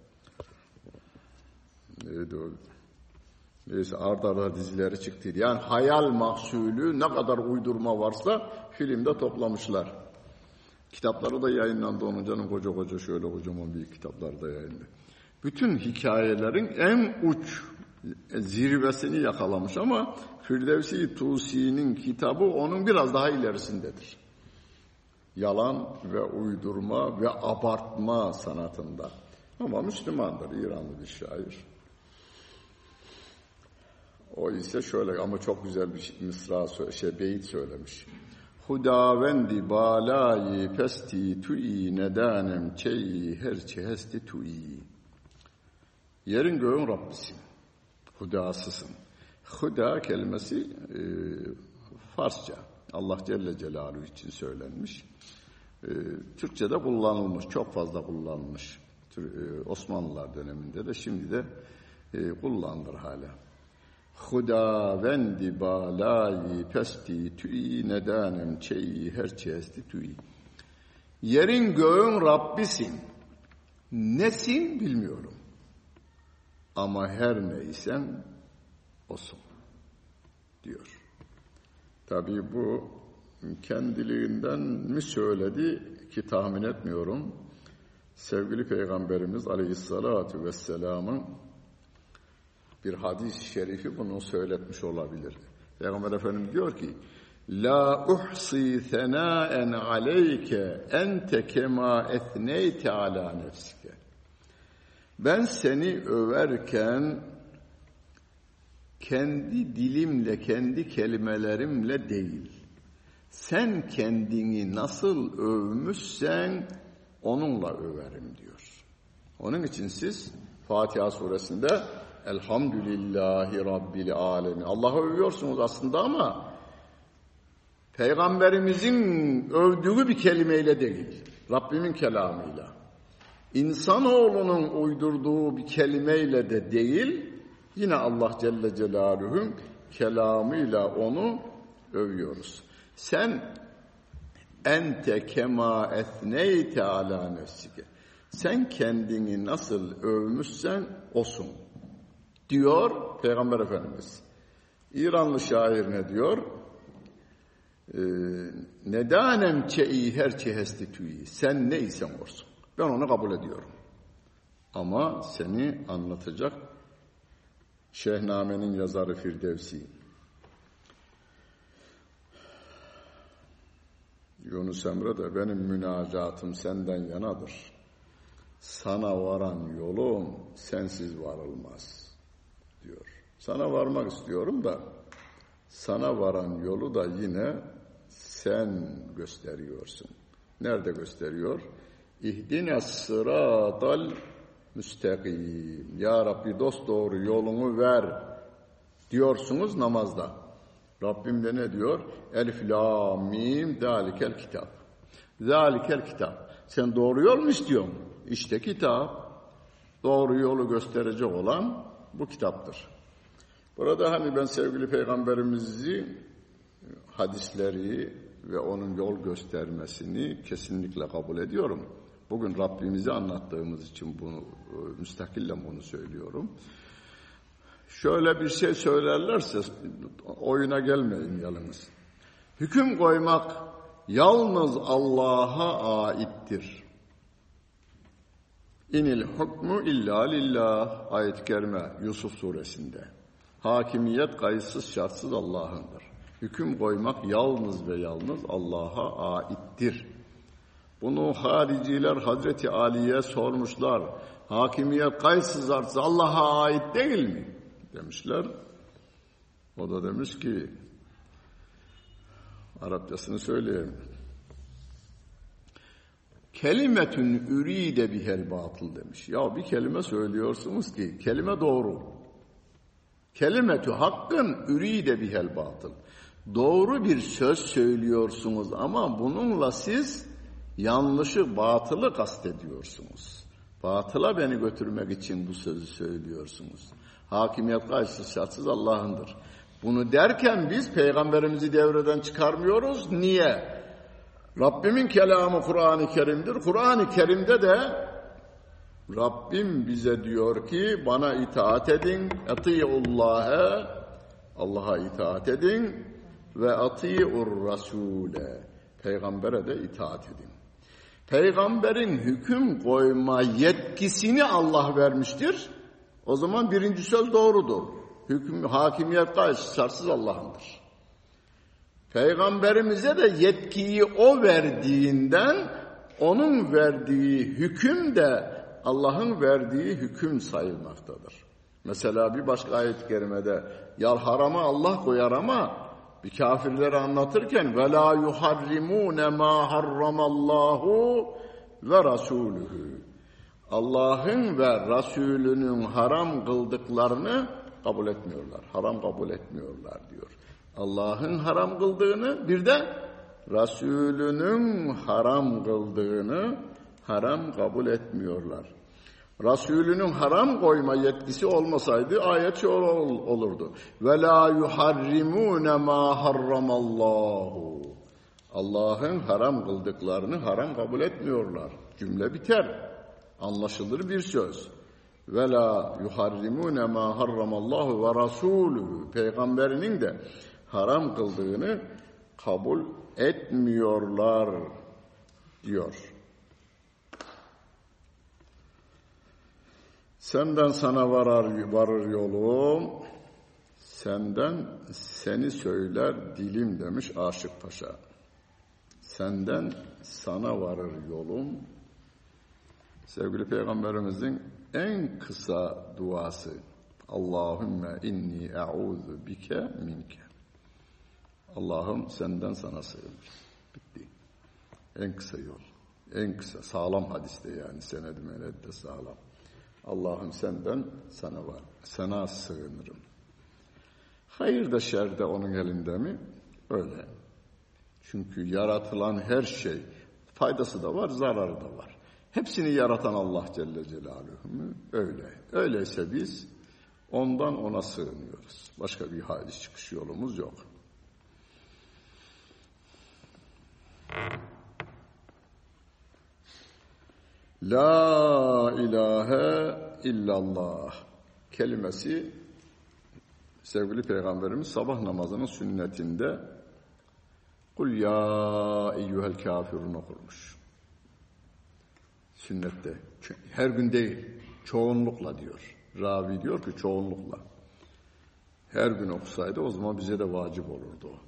Neydi o? Neyse arda dizileri çıktıydı. Yani hayal mahsulü ne kadar uydurma varsa filmde toplamışlar. Kitapları da yayınlandı onun canım koca şöyle kocaman büyük kitaplar da yayınlandı. Bütün hikayelerin en uç zirvesini yakalamış ama Firdevsi Tusi'nin kitabı onun biraz daha ilerisindedir. Yalan ve uydurma ve abartma sanatında. Ama Müslümandır, İranlı bir şair. O ise şöyle ama çok güzel bir mısra beyit söylemiş. Hudavendi balayı pesti tui nedanem çeyi her çehesti tui. Yerin göğün Rabbisin. Hudasısın. Huda kelimesi Farsça. Allah Celle Celaluhu için söylenmiş. Türkçe'de kullanılmış. Çok fazla kullanılmış. Osmanlılar döneminde de şimdi de kullanılır hala. Hudavendi balayı pesti tü'i nedanem çeyi her çehesti tü'i. Yerin göğün Rabbisin. Nesin bilmiyorum. Ama her neysen olsun diyor. Tabii bu kendiliğinden mi söyledi ki tahmin etmiyorum. Sevgili Peygamberimiz Aleyhisselatü Vesselam'ın bir hadis-i şerifi bunu söyletmiş olabilir. Peygamber Efendimiz diyor ki La uhsi senâen aleyke ente kema ethneyte ala nefsike. Ben seni överken kendi dilimle, kendi kelimelerimle değil, sen kendini nasıl övmüşsen onunla överim diyor. Onun için siz Fatiha suresinde Elhamdülillahi Rabbil Alemin. Allah'ı övüyorsunuz aslında ama Peygamberimizin övdüğü bir kelimeyle değil, Rabbimin kelamıyla. İnsanoğlunun uydurduğu bir kelimeyle de değil, yine Allah Celle Celaluhu'nun kelamıyla onu övüyoruz. Sen ente kema ethneyte ala nefsike. Sen kendini nasıl övmüşsen olsun diyor Peygamber Efendimiz. İranlı şair ne diyor? Nedanem çe'i her çehesti tüyi. Sen neysen olsun. Ben onu kabul ediyorum. Ama seni anlatacak Şehnamenin yazarı Firdevsi. Yunus Emre de benim münacatım senden yanadır. Sana varan yolum sensiz varılmaz diyor. Sana varmak istiyorum da sana varan yolu da yine sen gösteriyorsun. Nerede gösteriyor? İhdine sıratal müstakim. Ya Rabbi dosdoğru yolunu ver diyorsunuz namazda. Rabbim de ne diyor? Elif, la, mim, zalikel kitap. Zalikel kitap. Sen doğru yol mu istiyorsun? İşte kitap. Doğru yolu gösterecek olan bu kitaptır. Burada hani ben sevgili Peygamberimizi, hadisleri ve onun yol göstermesini kesinlikle kabul ediyorum. Bugün Rabbimizi anlattığımız için bunu müstakillen bunu söylüyorum. Şöyle bir şey söylerlerse oyuna gelmeyin yalnız. Hüküm koymak yalnız Allah'a aittir. İnil hukmu illa lillah ayet-i kerime Yusuf suresinde. Hakimiyet kayıtsız şartsız Allah'ındır. Hüküm koymak yalnız ve yalnız Allah'a aittir. Bunu hariciler Hazreti Ali'ye sormuşlar. Hakimiyet kayıtsız şartsız Allah'a ait değil mi? Demişler. O da demiş ki, Arapçasını söyleyeyim. Kelimetün üride bihel batıl demiş. Ya bir kelime söylüyorsunuz ki kelime doğru. Kelimetü hakkın üride bihel batıl. Doğru bir söz söylüyorsunuz ama bununla siz yanlışı, batılı kastediyorsunuz. Batıla beni götürmek için bu sözü söylüyorsunuz. Hakimiyet kayıtsız şartsız Allah'ındır. Bunu derken biz Peygamberimizi devreden çıkarmıyoruz. Niye? Rabbimin kelamı Kur'an-ı Kerim'dir. Kur'an-ı Kerim'de de Rabbim bize diyor ki bana itaat edin. Ati'ullâhe, Allah'a itaat edin. Ve ati'ur rasûle, Peygamber'e de itaat edin. Peygamberin hüküm koyma yetkisini Allah vermiştir. O zaman birinci söz doğrudur. Hakimiyet kayıtsız şartsız Allah'ındır. Peygamberimize de yetkiyi o verdiğinden onun verdiği hüküm de Allah'ın verdiği hüküm sayılmaktadır. Mesela bir başka ayet-i kerimede ya harama Allah koyar ama bir kafirleri anlatırken ve la yuharrimune ma harramallahu ve rasuluhu. Allah'ın ve Resulünün haram kıldıklarını kabul etmiyorlar. Haram kabul etmiyorlar diyor. Allah'ın haram kıldığını bir de Resulünün haram kıldığını haram kabul etmiyorlar. Resulünün haram koyma yetkisi olmasaydı ayet şöyle olurdu. Ve la yuharrimune ma harramallahu. Allah'ın haram kıldıklarını haram kabul etmiyorlar. Cümle biter. Anlaşılır bir söz. Ve la yuharrimune ma harramallahu ve rasuluhu. Peygamberinin de haram kıldığını kabul etmiyorlar diyor. Senden sana varır yolum, senden seni söyler dilim demiş Aşık Paşa. Senden sana varır yolum. Sevgili Peygamberimizin en kısa duası. Allahümme inni e'udhu bike minke. Allah'ım senden sana sığınır. Bitti. En kısa yol. En kısa. Sağlam hadiste yani. Sened-i menedde sağlam. Allah'ım senden sana var. Sana sığınırım. Hayır da şer de onun elinde mi? Öyle. Çünkü yaratılan her şey faydası da var, zararı da var. Hepsini yaratan Allah Celle Celaluhu mu? Öyle. Öyleyse biz ondan ona sığınıyoruz. Başka bir hadis çıkış yolumuz yok. La ilahe illallah kelimesi sevgili Peygamberimiz sabah namazının sünnetinde kul ya eyyuhel kafirun okurmuş. Sünnette. Her gün değil. Çoğunlukla diyor. Ravi diyor ki çoğunlukla. Her gün okusaydı o zaman bize de vacip olurdu o.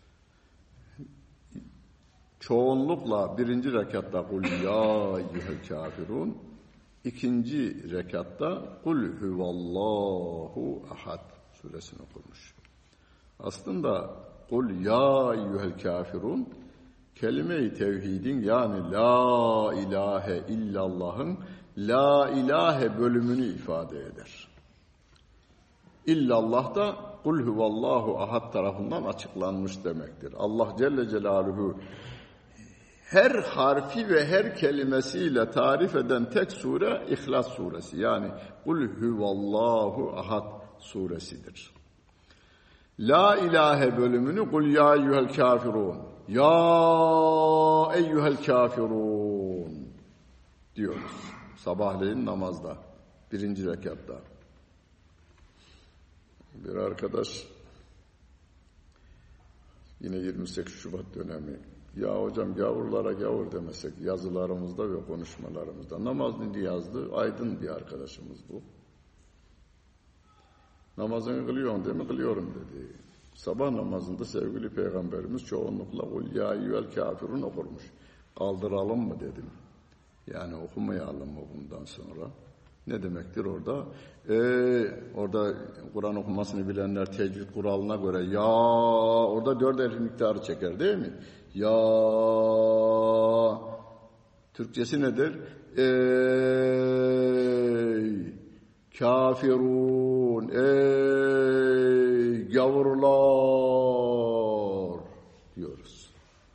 Çoğunlukla birinci rekatta kul ya eyyuhel kafirun, ikinci rekatta kul huvallahu ahad suresini okurmuş. Aslında kul ya eyyuhel kafirun kelime-i tevhidin yani la ilahe illallah'ın la ilahe bölümünü ifade eder. İllallah da kul huvallahu ahad tarafından açıklanmış demektir. Allah Celle Celaluhu her harfi ve her kelimesiyle tarif eden tek sure İhlas suresi. Yani kul huvallahu ahad suresidir. La ilahe bölümünü kul ya eyyuhel kafirun. Ya eyyuhel kafirun diyoruz. Sabahleyin namazda. 1. rekatta. Bir arkadaş yine 28 Şubat dönemi. Ya hocam gavurlara gavur demesek yazılarımızda ve konuşmalarımızda. Namazını yazdı. Aydın bir arkadaşımız bu. Namazını kılıyorsun değil mi? Kılıyorum dedi. Sabah namazında sevgili Peygamberimiz çoğunlukla kul ya eyyuhel kafirun okurmuş. Kaldıralım mı dedim. Yani okumayalım mı bundan sonra? Ne demektir orada? Orada Kur'an okumasını bilenler tecvid kuralına göre ya orada 4 elif miktarı çeker değil mi? Ya Türkçesi nedir? Ey kafirun, ey gavurlar diyoruz.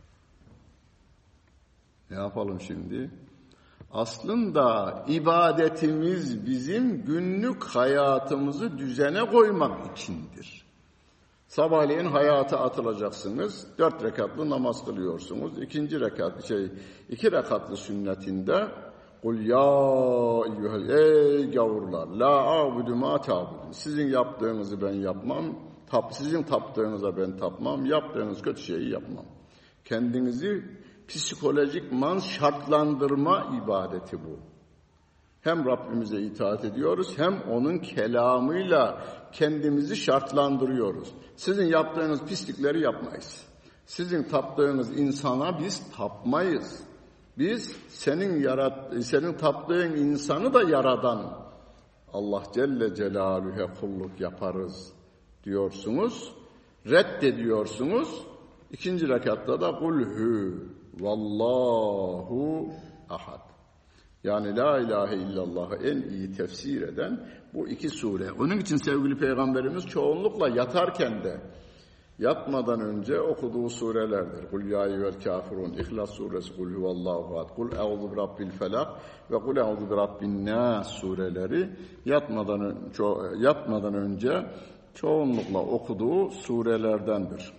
Ne yapalım şimdi? Aslında ibadetimiz bizim günlük hayatımızı düzene koymak içindir. Sabahleyin hayata atılacaksınız. 4 rekatlı namaz kılıyorsunuz. 2 rekatlı sünnetinde kul ya eyyuhel ey gavurlar la a'budu ma ta'budun. Sizin yaptığınızı ben yapmam. Sizin taptığınıza ben tapmam. Yaptığınız kötü şeyi yapmam. Kendinizi psikolojikman şartlandırma ibadeti bu. Hem Rabbimize itaat ediyoruz hem onun kelamıyla kendimizi şartlandırıyoruz. Sizin yaptığınız pislikleri yapmayız. Sizin taptığınız insana biz tapmayız. Biz senin taptığın insanı da yaradan Allah Celle Celaluhu'ya kulluk yaparız diyorsunuz. Reddediyorsunuz. 2. rekatta da kulhü vallahu ahad. Yani la ilahe illallah'ı en iyi tefsir eden bu 2 sure. Onun için sevgili Peygamberimiz çoğunlukla yatarken de yatmadan önce okuduğu surelerdir. Kul ya eyyuhel kafirun, İhlas suresi, kul huvallahu ahad, kul eûzu birabbil felak ve kul eûzu birabbin nas sureleri yatmadan önce çoğunlukla okuduğu surelerdendir.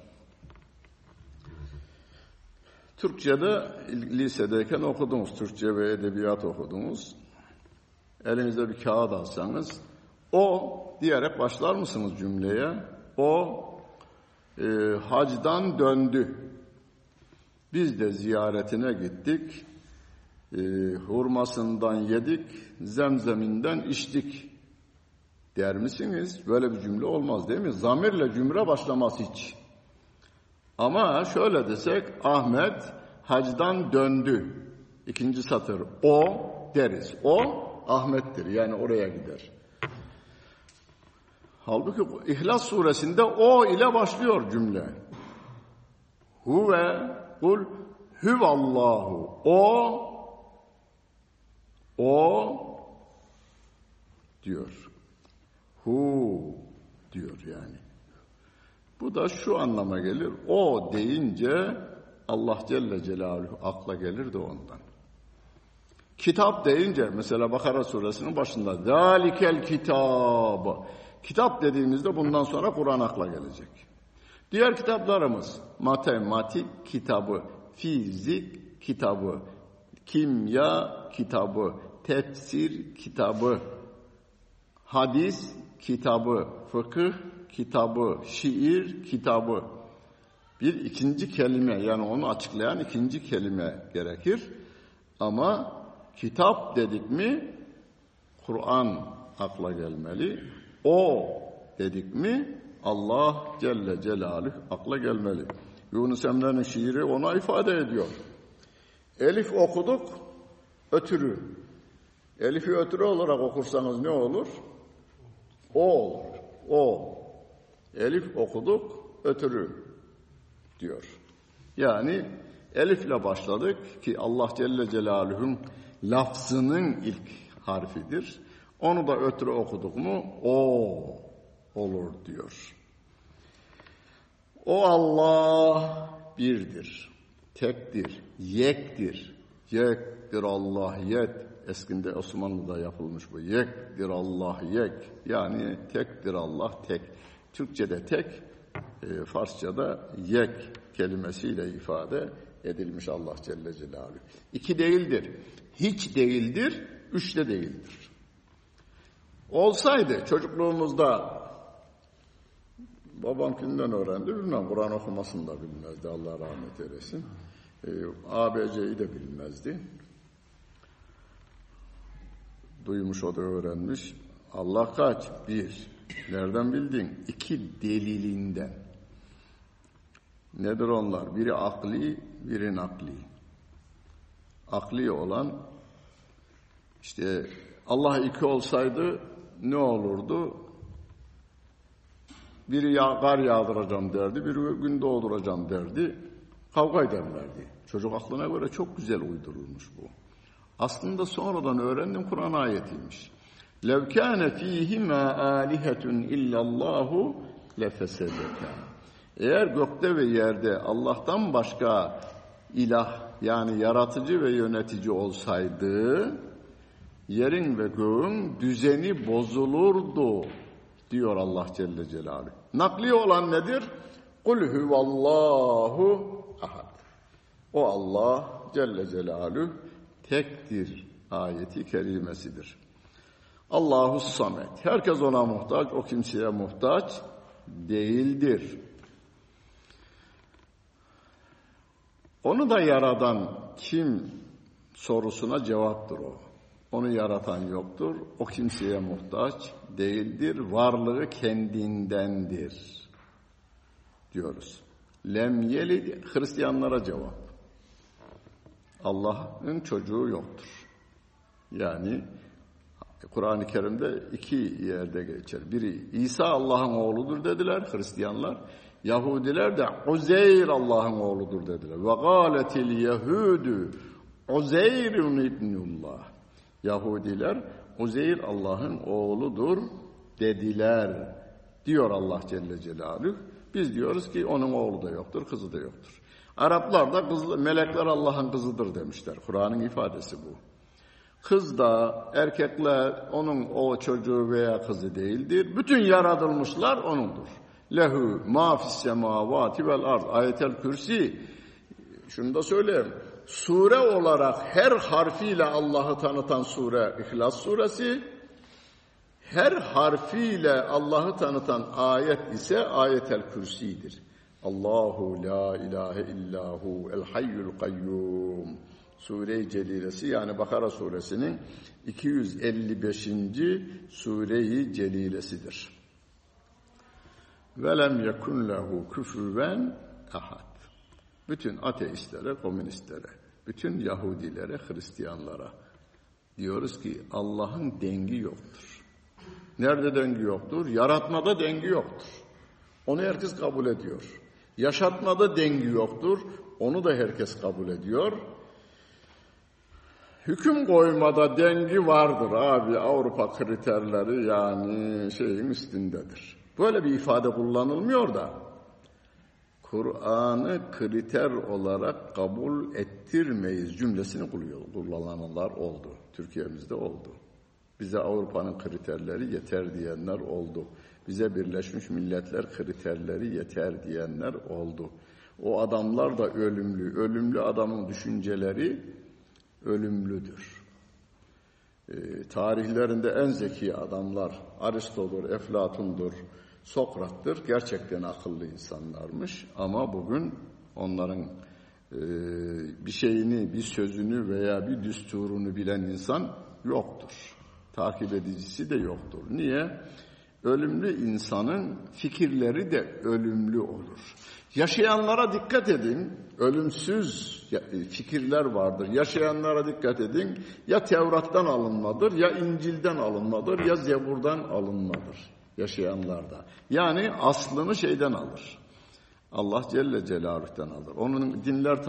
Türkçe'de lisedeyken okudunuz. Türkçe ve edebiyat okudunuz. Elinizde bir kağıt alsanız o diyerek başlar mısınız cümleye? O hacdan döndü. Biz de ziyaretine gittik. Hurmasından yedik, zemzeminden içtik der misiniz? Böyle bir cümle olmaz değil mi? Zamirle cümle başlamaz hiç. Ama şöyle desek, Ahmet hacdan döndü. 2. satır, o deriz. O Ahmet'tir, yani oraya gider. Halbuki İhlas suresinde o ile başlıyor cümle. Huve, kul, huvallahu. O diyor. Hu diyor yani. Bu da şu anlama gelir. O deyince Allah Celle Celaluhu akla gelir de ondan. Kitap deyince mesela Bakara suresinin başında zalikel kitab. Kitap dediğimizde bundan sonra Kur'an akla gelecek. Diğer kitaplarımız matematik kitabı, fizik kitabı, kimya kitabı, tefsir kitabı, hadis kitabı, fıkıh kitabı, şiir kitabı. Bir ikinci kelime, yani onu açıklayan ikinci kelime gerekir. Ama kitap dedik mi Kur'an akla gelmeli. O dedik mi Allah Celle Celaluhu akla gelmeli. Yunus Emre'nin şiiri ona ifade ediyor. Elif okuduk, ötürü. Elif'i ötürü olarak okursanız ne olur? O olur. O. Elif okuduk, ötürü diyor. Yani elifle başladık ki Allah Celle Celaluhu'nun lafzının ilk harfidir. Onu da ötürü okuduk mu? O olur diyor. O Allah birdir, tektir, yektir. Yektir Allah, yek. Eskinde Osmanlı'da yapılmış bu. Yektir Allah, yek. Yani tektir Allah, tek. Türkçe'de tek, Farsça'da yek kelimesiyle ifade edilmiş Allah Celle Celaluhu. İki değildir, hiç değildir, üç de değildir. Olsaydı çocukluğumuzda, babam kimden öğrendi bilmem, Kur'an okumasını da bilmezdi, Allah rahmet eylesin. ABC'yi de bilmezdi. Duymuş, o da öğrenmiş. Allah kaç? Bir. Nereden bildin? İki, delilinden. Nedir onlar? Biri akli, biri nakli. Akli olan, işte Allah iki olsaydı ne olurdu? Biri kar yağdıracağım derdi, biri gün doğduracağım derdi. Kavga ederlerdi. Çocuk aklına göre çok güzel uydurulmuş bu. Aslında sonradan öğrendim, Kur'an ayetiymiş. لَوْ كَانَ ف۪يهِمَا آلِهَةٌ اِلَّا اللّٰهُ لَفَسَدَتَا. Eğer gökte ve yerde Allah'tan başka ilah, yani yaratıcı ve yönetici olsaydı, yerin ve göğün düzeni bozulurdu diyor Allah Celle Celaluhu. Nakli olan nedir? قُلْ هُوَ اللّٰهُ ahad. O Allah Celle Celaluhu tektir ayeti kerimesidir. Allahu Samet. Herkes ona muhtaç, o kimseye muhtaç değildir. Onu da yaradan kim sorusuna cevaptır o. Onu yaratan yoktur, o kimseye muhtaç değildir, varlığı kendindendir diyoruz. Lem yelid, Hristiyanlara cevap. Allah'ın çocuğu yoktur. Yani Kur'an-ı Kerim'de iki yerde geçer. Biri İsa Allah'ın oğludur dediler Hristiyanlar. Yahudiler de Uzeyr Allah'ın oğludur dediler. Ve gâletil yehûdü Uzeyrun ibnullah. Yahudiler Uzeyr Allah'ın oğludur dediler diyor Allah Celle Celaluhu. Biz diyoruz ki onun oğlu da yoktur, kızı da yoktur. Araplar da melekler Allah'ın kızıdır demişler. Kur'an'ın ifadesi bu. Kız da erkekler onun o çocuğu veya kızı değildir. Bütün yaratılmışlar onundur. Lehu ma fis semavati vel ard. Ayetel Kürsi. Şunu da söyleyeyim. Sure olarak her harfiyle Allah'ı tanıtan sure İhlas suresi. Her harfiyle Allah'ı tanıtan ayet ise Ayetel Kürsi'dir. Allahu la ilahe illahu el hayyul kayyum. Sure-i Celilesi, yani Bakara suresinin 255. Sure-i Celilesidir. Ve lem yekun lehu küfüven ahad. Bütün ateistlere, komünistlere, bütün Yahudilere, Hristiyanlara diyoruz ki Allah'ın dengi yoktur. Nerede dengi yoktur? Yaratmada dengi yoktur. Onu herkes kabul ediyor. Yaşatmada dengi yoktur. Onu da herkes kabul ediyor. Hüküm koymada dengi vardır abi. Avrupa kriterleri yani şeyin üstündedir. Böyle bir ifade kullanılmıyor da Kur'an'ı kriter olarak kabul ettirmeyiz cümlesini kullananlar oldu. Türkiye'mizde oldu. Bize Avrupa'nın kriterleri yeter diyenler oldu. Bize Birleşmiş Milletler kriterleri yeter diyenler oldu. O adamlar da ölümlü. Ölümlü adamın düşünceleri ölümlüdür. Tarihlerinde en zeki adamlar Aristo'dur, Eflatun'dur, Sokrat'tır. Gerçekten akıllı insanlarmış. Ama bugün onların bir şeyini, bir sözünü veya bir düsturunu bilen insan yoktur. Takip edicisi de yoktur. Niye? Ölümlü insanın fikirleri de ölümlü olur. Yaşayanlara dikkat edin. Ölümsüz fikirler vardır. Yaşayanlara dikkat edin. Ya Tevrat'tan alınmadır, ya İncil'den alınmadır, ya Zebur'dan alınmadır. Yaşayanlarda. Yani aslını şeyden alır. Allah Celle Celaluhu'dan alır. Onun dinler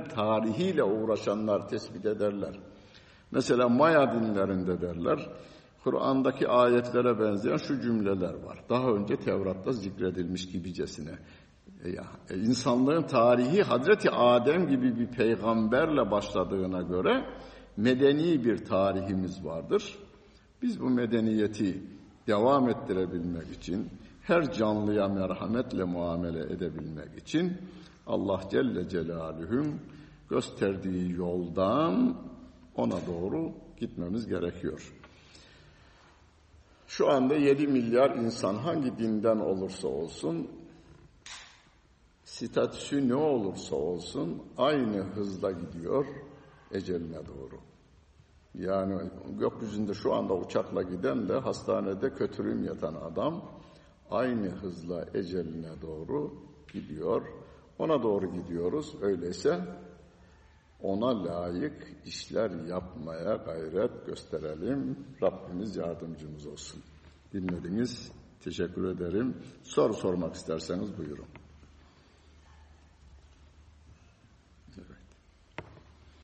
tarihiyle uğraşanlar tespit ederler. Mesela Maya dinlerinde derler, Kur'an'daki ayetlere benzeyen şu cümleler var. Daha önce Tevrat'ta zikredilmiş gibicesine. İnsanlığın tarihi Hazreti Adem gibi bir peygamberle başladığına göre medeni bir tarihimiz vardır. Biz bu medeniyeti devam ettirebilmek için, her canlıya merhametle muamele edebilmek için Allah Celle Celaluhu'nun gösterdiği yoldan ona doğru gitmemiz gerekiyor. Şu anda 7 milyar insan hangi dinden olursa olsun, statüsü ne olursa olsun aynı hızla gidiyor eceline doğru. Yani gökyüzünde şu anda uçakla gidenle hastanede kötürüm yatan adam aynı hızla eceline doğru gidiyor. Ona doğru gidiyoruz. Öyleyse ona layık işler yapmaya gayret gösterelim. Rabbimiz yardımcımız olsun. Dinlediniz. Teşekkür ederim. Soru sormak isterseniz buyurun.